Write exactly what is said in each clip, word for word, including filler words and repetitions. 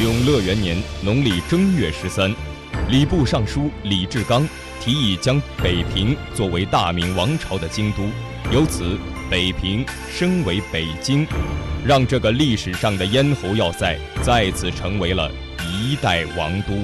永乐元年农历正月十三，礼部尚书李志刚提议将北平作为大明王朝的京都，由此北平升为北京，让这个历史上的咽喉要塞再次成为了一代王都。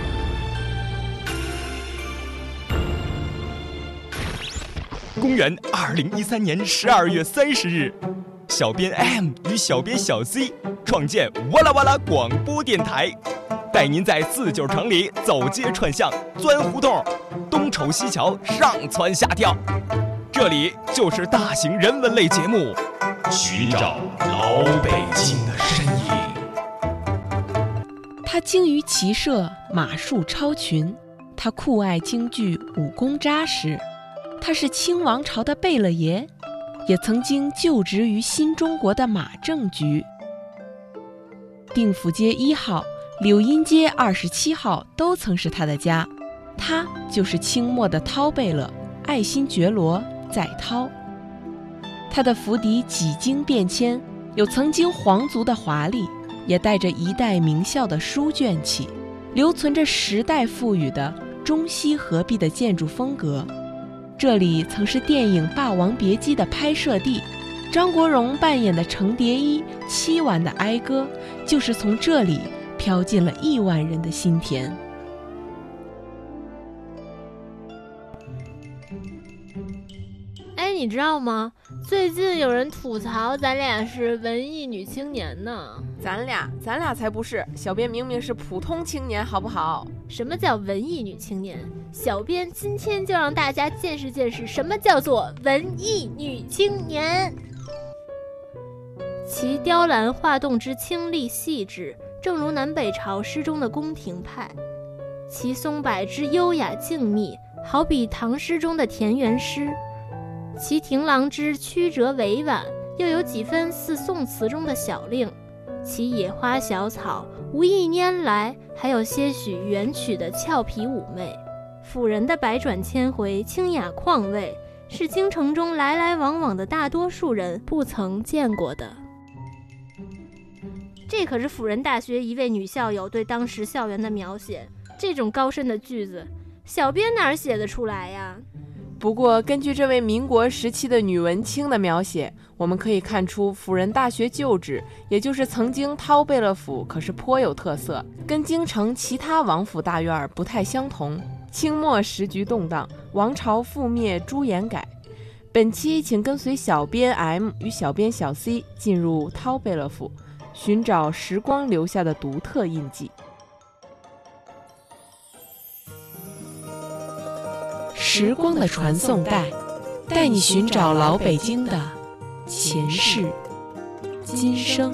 公元二零一三年十二月三十日，小编 M 与小编小 C 创建哇啦哇啦广播电台，带您在四九城里走街串巷、钻胡同，东瞅西瞧，上蹿下跳。这里就是大型人文类节目，寻找老北京的身影。 他精于骑射，马术超群；他酷爱京剧，武功扎实。他是清王朝的贝勒爷，也曾经就职于新中国的马政局。定府街一号、柳荫街二十七号都曾是他的家。他就是清末的韬贝勒，爱新觉罗载涛。他的府邸几经变迁，有曾经皇族的华丽，也带着一代名校的书卷气，留存着时代赋予的中西合璧的建筑风格。这里曾是电影《霸王别姬》的拍摄地，张国荣扮演的程蝶衣凄婉的哀歌，就是从这里飘进了亿万人的心田。 哎，你知道吗？最近有人吐槽咱俩是文艺女青年呢。 咱俩，咱俩才不是。小编明明是普通青年，好不好？ 什么叫文艺女青年？小编今天就让大家见识见识什么叫做文艺女青年。其雕栏画栋之清丽细致，正如南北朝诗中的宫廷派；其松柏之优雅静谧，好比唐诗中的田园诗；其亭廊之曲折委婉，又有几分似宋词中的小令；其野花小草，无意拈来，还有些许元曲的俏皮妩媚。府人的百转千回，清雅旷味，是京城中来来往往的大多数人不曾见过的。这可是辅仁大学一位女校友对当时校园的描写，这种高深的句子，小编哪儿写得出来呀？ 不过根据这位民国时期的女文青的描写，我们可以看出辅仁大学旧址，也就是曾经韬贝勒府，可是颇有特色，跟京城其他王府大院不太相同。清末时局动荡，王朝覆灭，朱颜改。本期请跟随小编 M 与小编小 C 进入韬贝勒府，寻找时光留下的独特印记。 时光的传送带，带你寻找老北京的前世今生。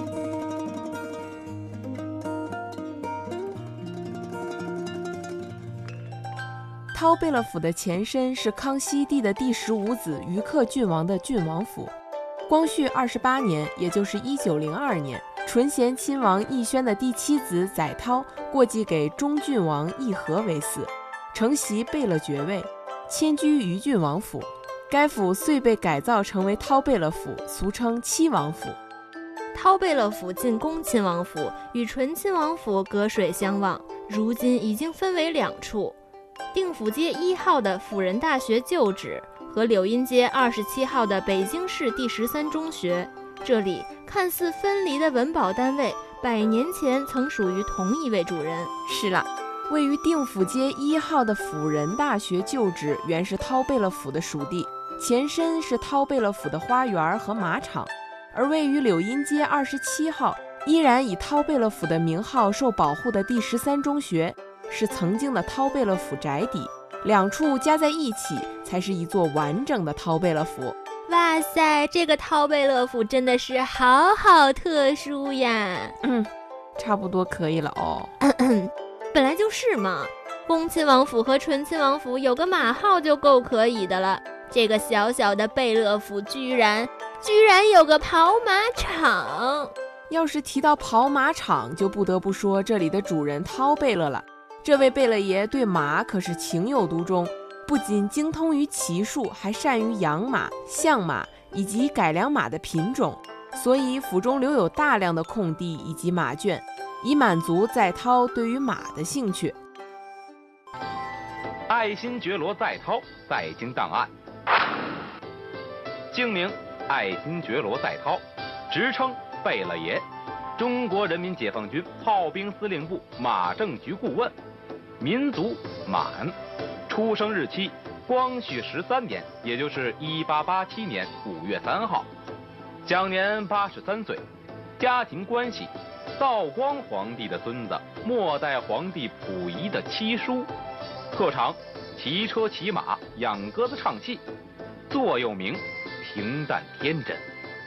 韬贝勒府的前身是康熙帝的第十五子余克郡王的郡王府。光绪二十八年，也就是一九零二年，纯贤亲王奕轩的第七子载涛过继给中郡王奕和为嗣，承袭贝勒爵位，迁居于郡王府。该府遂被改造成为韬贝勒府，俗称七王府。 韬贝勒府进恭亲王府与纯亲王府隔水相望，如今已经分为两处。定府街一号的辅仁大学旧址和柳荫街二十七号的北京市第十三中学，这里看似分离的文保单位，百年前曾属于同一位主人。 是了，位于定府街一号的辅仁大学旧址原是韬贝勒府的属地，前身是韬贝勒府的花园和马场，而位于柳荫街二十七号依然以韬贝勒府的名号受保护的第十三中学，是曾经的韬贝勒府宅邸，两处加在一起才是一座完整的韬贝勒府。 哇塞，这个韬贝勒府真的是好好特殊呀。 嗯，差不多可以了哦。 咳咳本来就是嘛，恭亲王府和纯亲王府有个马号就够可以的了，这个小小的贝勒府居然居然有个跑马场。 要是提到跑马场，就不得不说这里的主人韬贝勒了。这位贝勒爷对马可是情有独钟，不仅精通于骑术，还善于养马、相马以及改良马的品种，所以府中留有大量的空地以及马圈。 以满足载涛对于马的兴趣。 爱新觉罗载涛在京档案，姓名爱新觉罗载涛，职称贝勒爷，中国人民解放军炮兵司令部马政局顾问，民族满，出生日期光绪十三年，也就是一八八七年五月三号，享年八十三岁，家庭关系道光皇帝的孙子，末代皇帝溥仪的七叔，特长骑车骑马，养鸽子唱戏，座右铭平淡天真。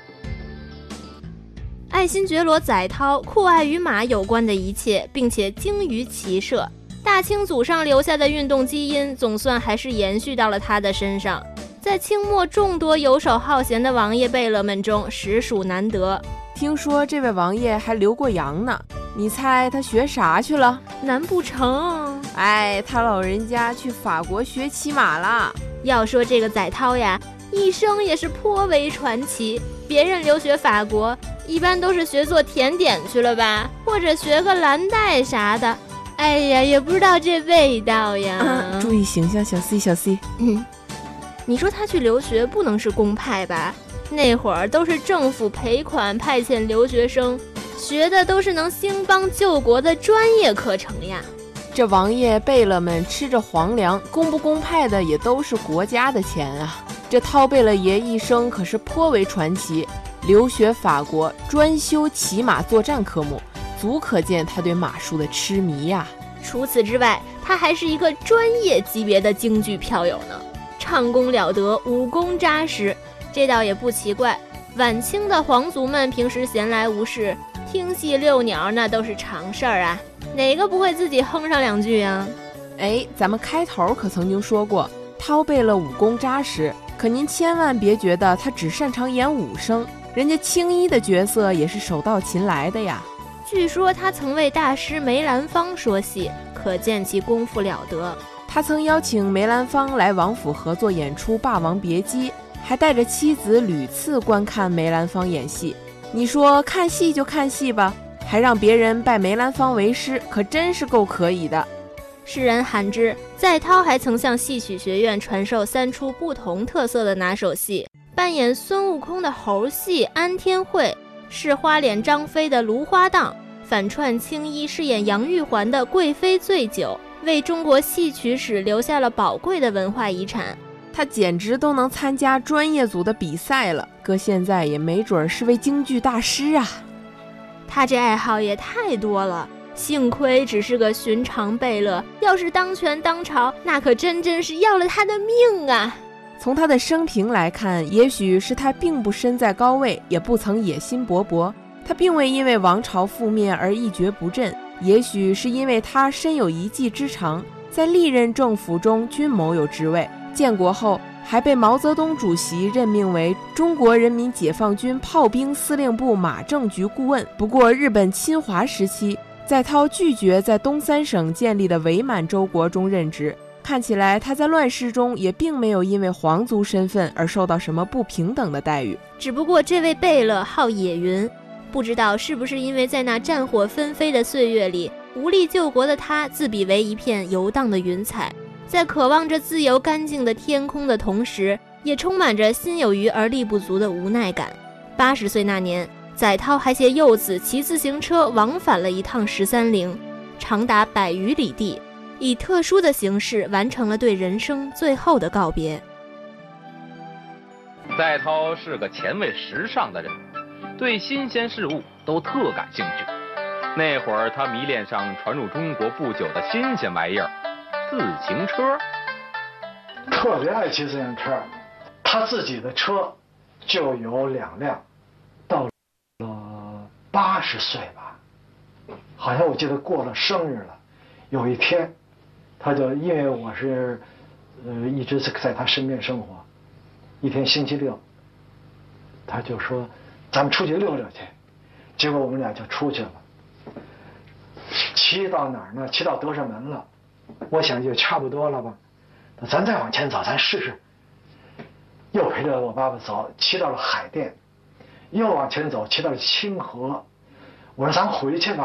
爱新觉罗载涛酷爱与马有关的一切，并且精于骑射，大清祖上留下的运动基因总算还是延续到了他的身上，在清末众多游手好闲的王爷贝勒们中实属难得。 听说这位王爷还留过洋呢，你猜他学啥去了？ 难不成…… 哎，他老人家去法国学骑马了。 要说这个载涛呀，一生也是颇为传奇。别人留学法国，一般都是学做甜点去了吧，或者学个蓝带啥的。哎呀，也不知道这味道呀。 嗯、注意形象，小 C 小 C。 嗯，你说他去留学不能是公派吧？那会儿都是政府赔款派遣留学生，学的都是能兴邦救国的专业课程呀。 这王爷贝勒们吃着皇粮，公不公派的也都是国家的钱啊。这涛贝勒爷一生可是颇为传奇，留学法国，专修骑马作战科目，足可见他对马术的痴迷呀。 除此之外，他还是一个专业级别的京剧票友呢，唱功了得，武功扎实。这倒也不奇怪，晚清的皇族们平时闲来无事，听戏遛鸟那都是常事儿啊，哪个不会自己哼上两句啊？ 哎，咱们开头可曾经说过，涛贝勒武功扎实，可您千万别觉得他只擅长演武生，人家青衣的角色也是手到擒来的呀。 据说他曾为大师梅兰芳说戏，可见其功夫了得。 他曾邀请梅兰芳来王府合作演出《霸王别姬》，还带着妻子屡次观看梅兰芳演戏。你说看戏就看戏吧，还让别人拜梅兰芳为师，可真是够可以的。 世人罕知，载涛还曾向戏曲学院传授三出不同特色的拿手戏，扮演孙悟空的猴戏安天会，是花脸张飞的芦花荡，反串青衣饰演杨玉环的贵妃醉酒，为中国戏曲史留下了宝贵的文化遗产。 他简直都能参加专业组的比赛了，搁现在也没准是位京剧大师啊。 他这爱好也太多了，幸亏只是个寻常贝勒，要是当权当朝，那可真真是要了他的命啊。 从他的生平来看，也许是他并不身在高位，也不曾野心勃勃，他并未因为王朝覆灭而一蹶不振，也许是因为他身有一技之长，在历任政府中均谋有职位，建国后还被毛泽东主席任命为中国人民解放军炮兵司令部马政局顾问。不过日本侵华时期，载涛拒绝在东三省建立的伪满洲国中任职，看起来他在乱世中也并没有因为皇族身份而受到什么不平等的待遇。 只不过这位贝勒好野云，不知道是不是因为在那战火纷飞的岁月里，无力救国的他自比为一片游荡的云彩，在渴望着自由干净的天空的同时，也充满着心有余而力不足的无奈感。八十岁那年，载涛还携幼子骑自行车往返了一趟十三陵，长达百余里地，以特殊的形式完成了对人生最后的告别。 载涛是个前卫时尚的人，对新鲜事物都特感兴趣。那会儿他迷恋上传入中国不久的新鲜玩意儿——自行车， 特别爱骑自行车。他自己的车就有两辆，到了八十岁吧，好像我记得过了生日了。有一天，他就因为我是呃一直在他身边生活，一天星期六，他就说咱们出去溜溜去。结果我们俩就出去了，骑到哪儿呢？骑到德胜门了。我想就差不多了吧，咱再往前走，咱试试。又陪着我爸爸走，骑到了海淀，又往前走，骑到了清河。我说咱回去吧，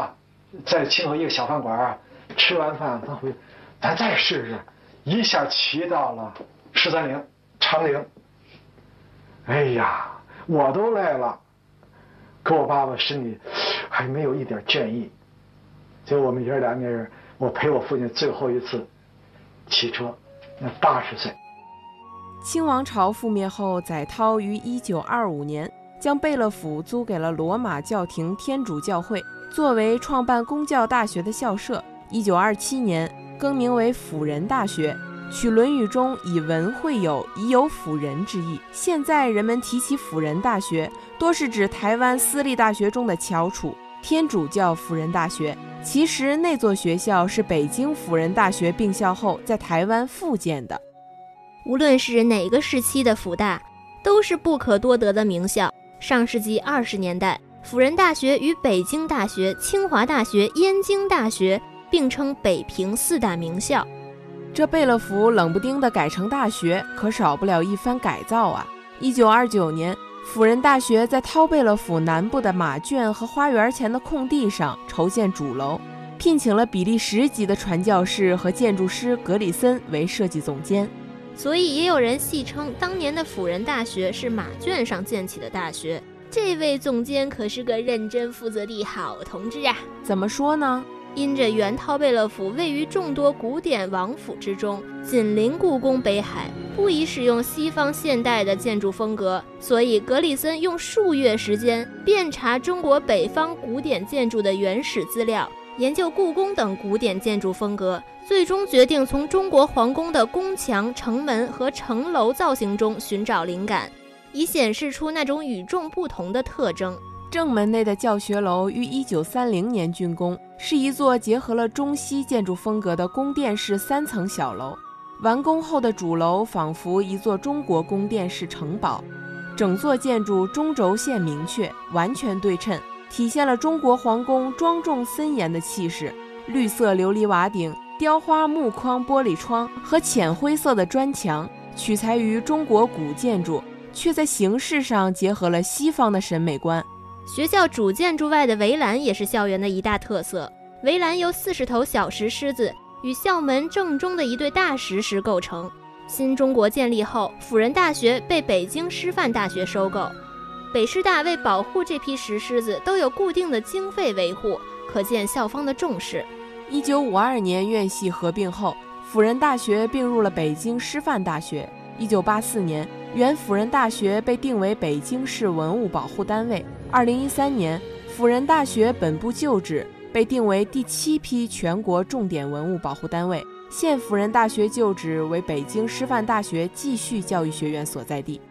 在清河一个小饭馆啊，吃完饭咱回，咱再试试，一下骑到了十三陵、长陵。哎呀，我都累了，可我爸爸身体还没有一点倦意。结果我们爷儿俩那人，我陪我父亲最后一次骑车，那八十岁。 清王朝覆灭后，载涛于一九二五年将贝勒府租给了罗马教廷天主教会，作为创办公教大学的校舍。一九二七年更名为辅仁大学，取《论语》中以文会友，以有辅仁之意。现在人们提起辅仁大学，多是指台湾私立大学中的翘楚天主教辅仁大学。其实那座学校是北京辅仁大学并校后在台湾复建的。 无论是哪个时期的辅大，都是不可多得的名校。上世纪二十年代，辅仁大学与北京大学、清华大学、燕京大学并称北平四大名校。 这贝勒府冷不丁的改成大学，可少不了一番改造啊。一九二九年，辅仁大学在涛贝勒府南部的马圈和花园前的空地上筹建主楼，聘请了比利时籍的传教士和建筑师格里森为设计总监。 所以也有人戏称当年的辅仁大学是马圈上建起的大学。这位总监可是个认真负责的好同志啊。 怎么说呢？ 因着原涛贝勒府位于众多古典王府之中，紧邻故宫北海，不宜使用西方现代的建筑风格，所以格里森用数月时间遍查中国北方古典建筑的原始资料，研究故宫等古典建筑风格，最终决定从中国皇宫的宫墙、城门和城楼造型中寻找灵感，以显示出那种与众不同的特征。 正门内的教学楼于一九三零年竣工，是一座结合了中西建筑风格的宫殿式三层小楼。完工后的主楼仿佛一座中国宫殿式城堡，整座建筑中轴线明确，完全对称，体现了中国皇宫庄重森严的气势。绿色琉璃瓦顶、雕花木框玻璃窗和浅灰色的砖墙，取材于中国古建筑，却在形式上结合了西方的审美观。 学校主建筑外的围栏也是校园的一大特色，围栏由四十头小石狮子与校门正中的一对大石狮构成。新中国建立后，辅仁大学被北京师范大学收购，北师大为保护这批石狮子都有固定的经费维护，可见校方的重视。 一九五二年院系合并后，辅仁大学并入了北京师范大学。一九八四年，原辅仁大学被定为北京市文物保护单位。二零一三年，辅仁大学本部旧址被定为第七批全国重点文物保护单位。现辅仁大学旧址为北京师范大学继续教育学院所在地。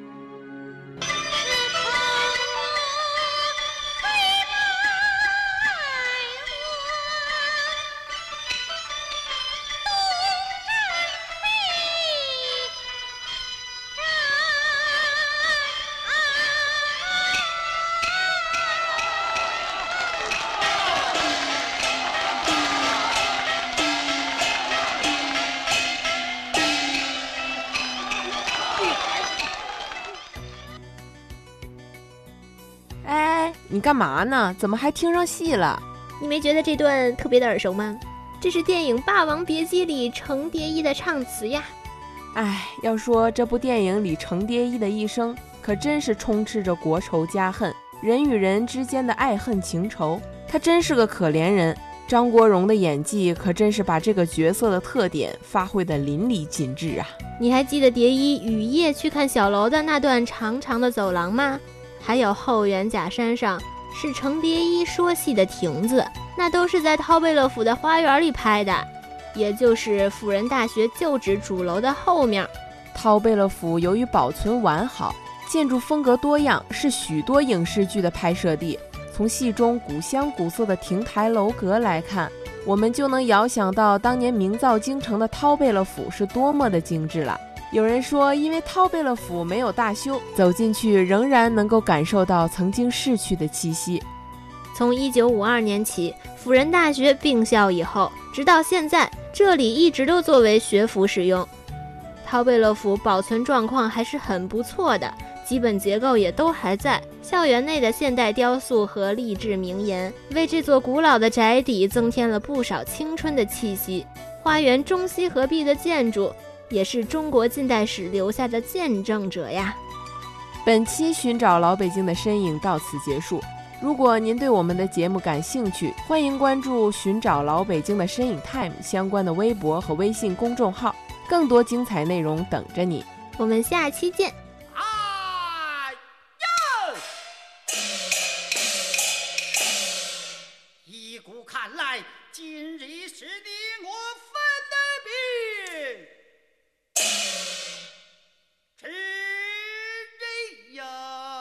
你干嘛呢？怎么还听上戏了？ 你没觉得这段特别的耳熟吗？这是电影《霸王别姬》里程蝶衣的唱词呀。 哎，要说这部电影里程蝶衣的一生，可真是充斥着国仇家恨，人与人之间的爱恨情仇。他真是个可怜人。张国荣的演技可真是把这个角色的特点发挥得淋漓尽致啊！ 你还记得蝶衣雨夜去看小楼的那段长长的走廊吗？还有后园假山上是程蝶衣说戏的亭子，那都是在涛贝勒府的花园里拍的，也就是辅仁大学旧址主楼的后面。 涛贝勒府由于保存完好，建筑风格多样，是许多影视剧的拍摄地。从戏中古香古色的亭台楼阁来看，我们就能遥想到当年名噪京城的涛贝勒府是多么的精致了。有人说，因为涛贝勒府没有大修，走进去仍然能够感受到曾经逝去的气息。 从一九五二年起，辅仁大学并校以后，直到现在，这里一直都作为学府使用。涛贝勒府保存状况还是很不错的， 基本结构也都还在。校园内的现代雕塑和励志名言，为这座古老的宅邸增添了不少青春的气息。花园中西合璧的建筑，也是中国近代史留下的见证者呀。 本期寻找老北京的身影到此结束。如果您对我们的节目感兴趣，欢迎关注寻找老北京的身影 Time 相关的微博和微信公众号，更多精彩内容等着你。 我们下期见。 哎呀！依古看来，今日是你我分的病。吃人呀！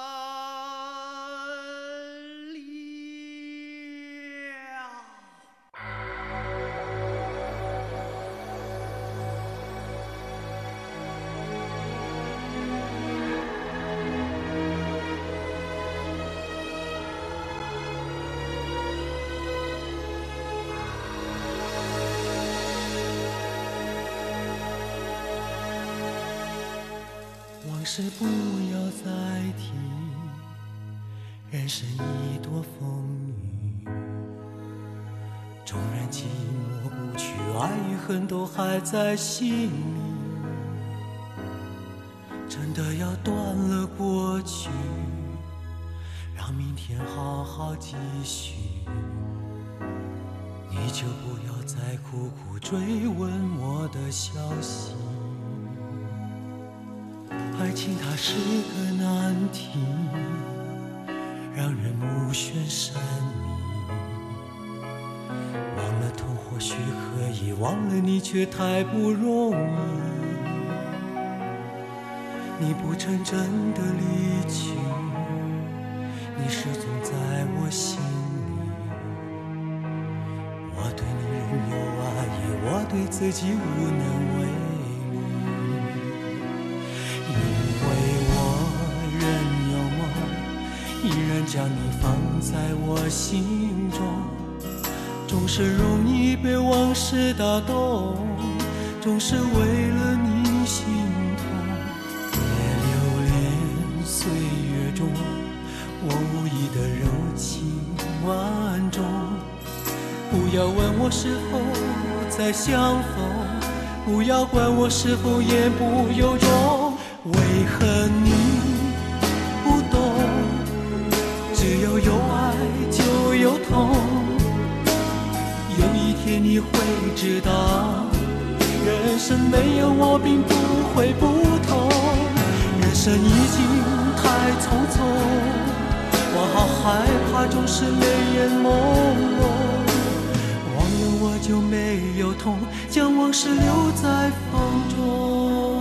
往事不要再提，人生一多风雨，纵然寂寞不去，爱与恨都还在心里。真的要断了过去，让明天好好继续。你就不要再苦苦追问我的消息。爱情它是个难题，让人目眩神迷。忘了痛或许可以，忘了你却太不容易。你不曾真的离去，你始终在我心里。我对你仍有爱意，我对自己无能为力。依然将你放在我心中，总是容易被往事打动，总是为了你心痛。别留恋岁月中我无意的柔情万种，不要问我是否再相逢，不要管我是否言不由衷。为何你只有有爱就有痛，有一天你会知道，人生没有我并不会不同。人生已经太匆匆，我好害怕总是泪眼朦胧。忘了我就没有痛，将往事留在风中。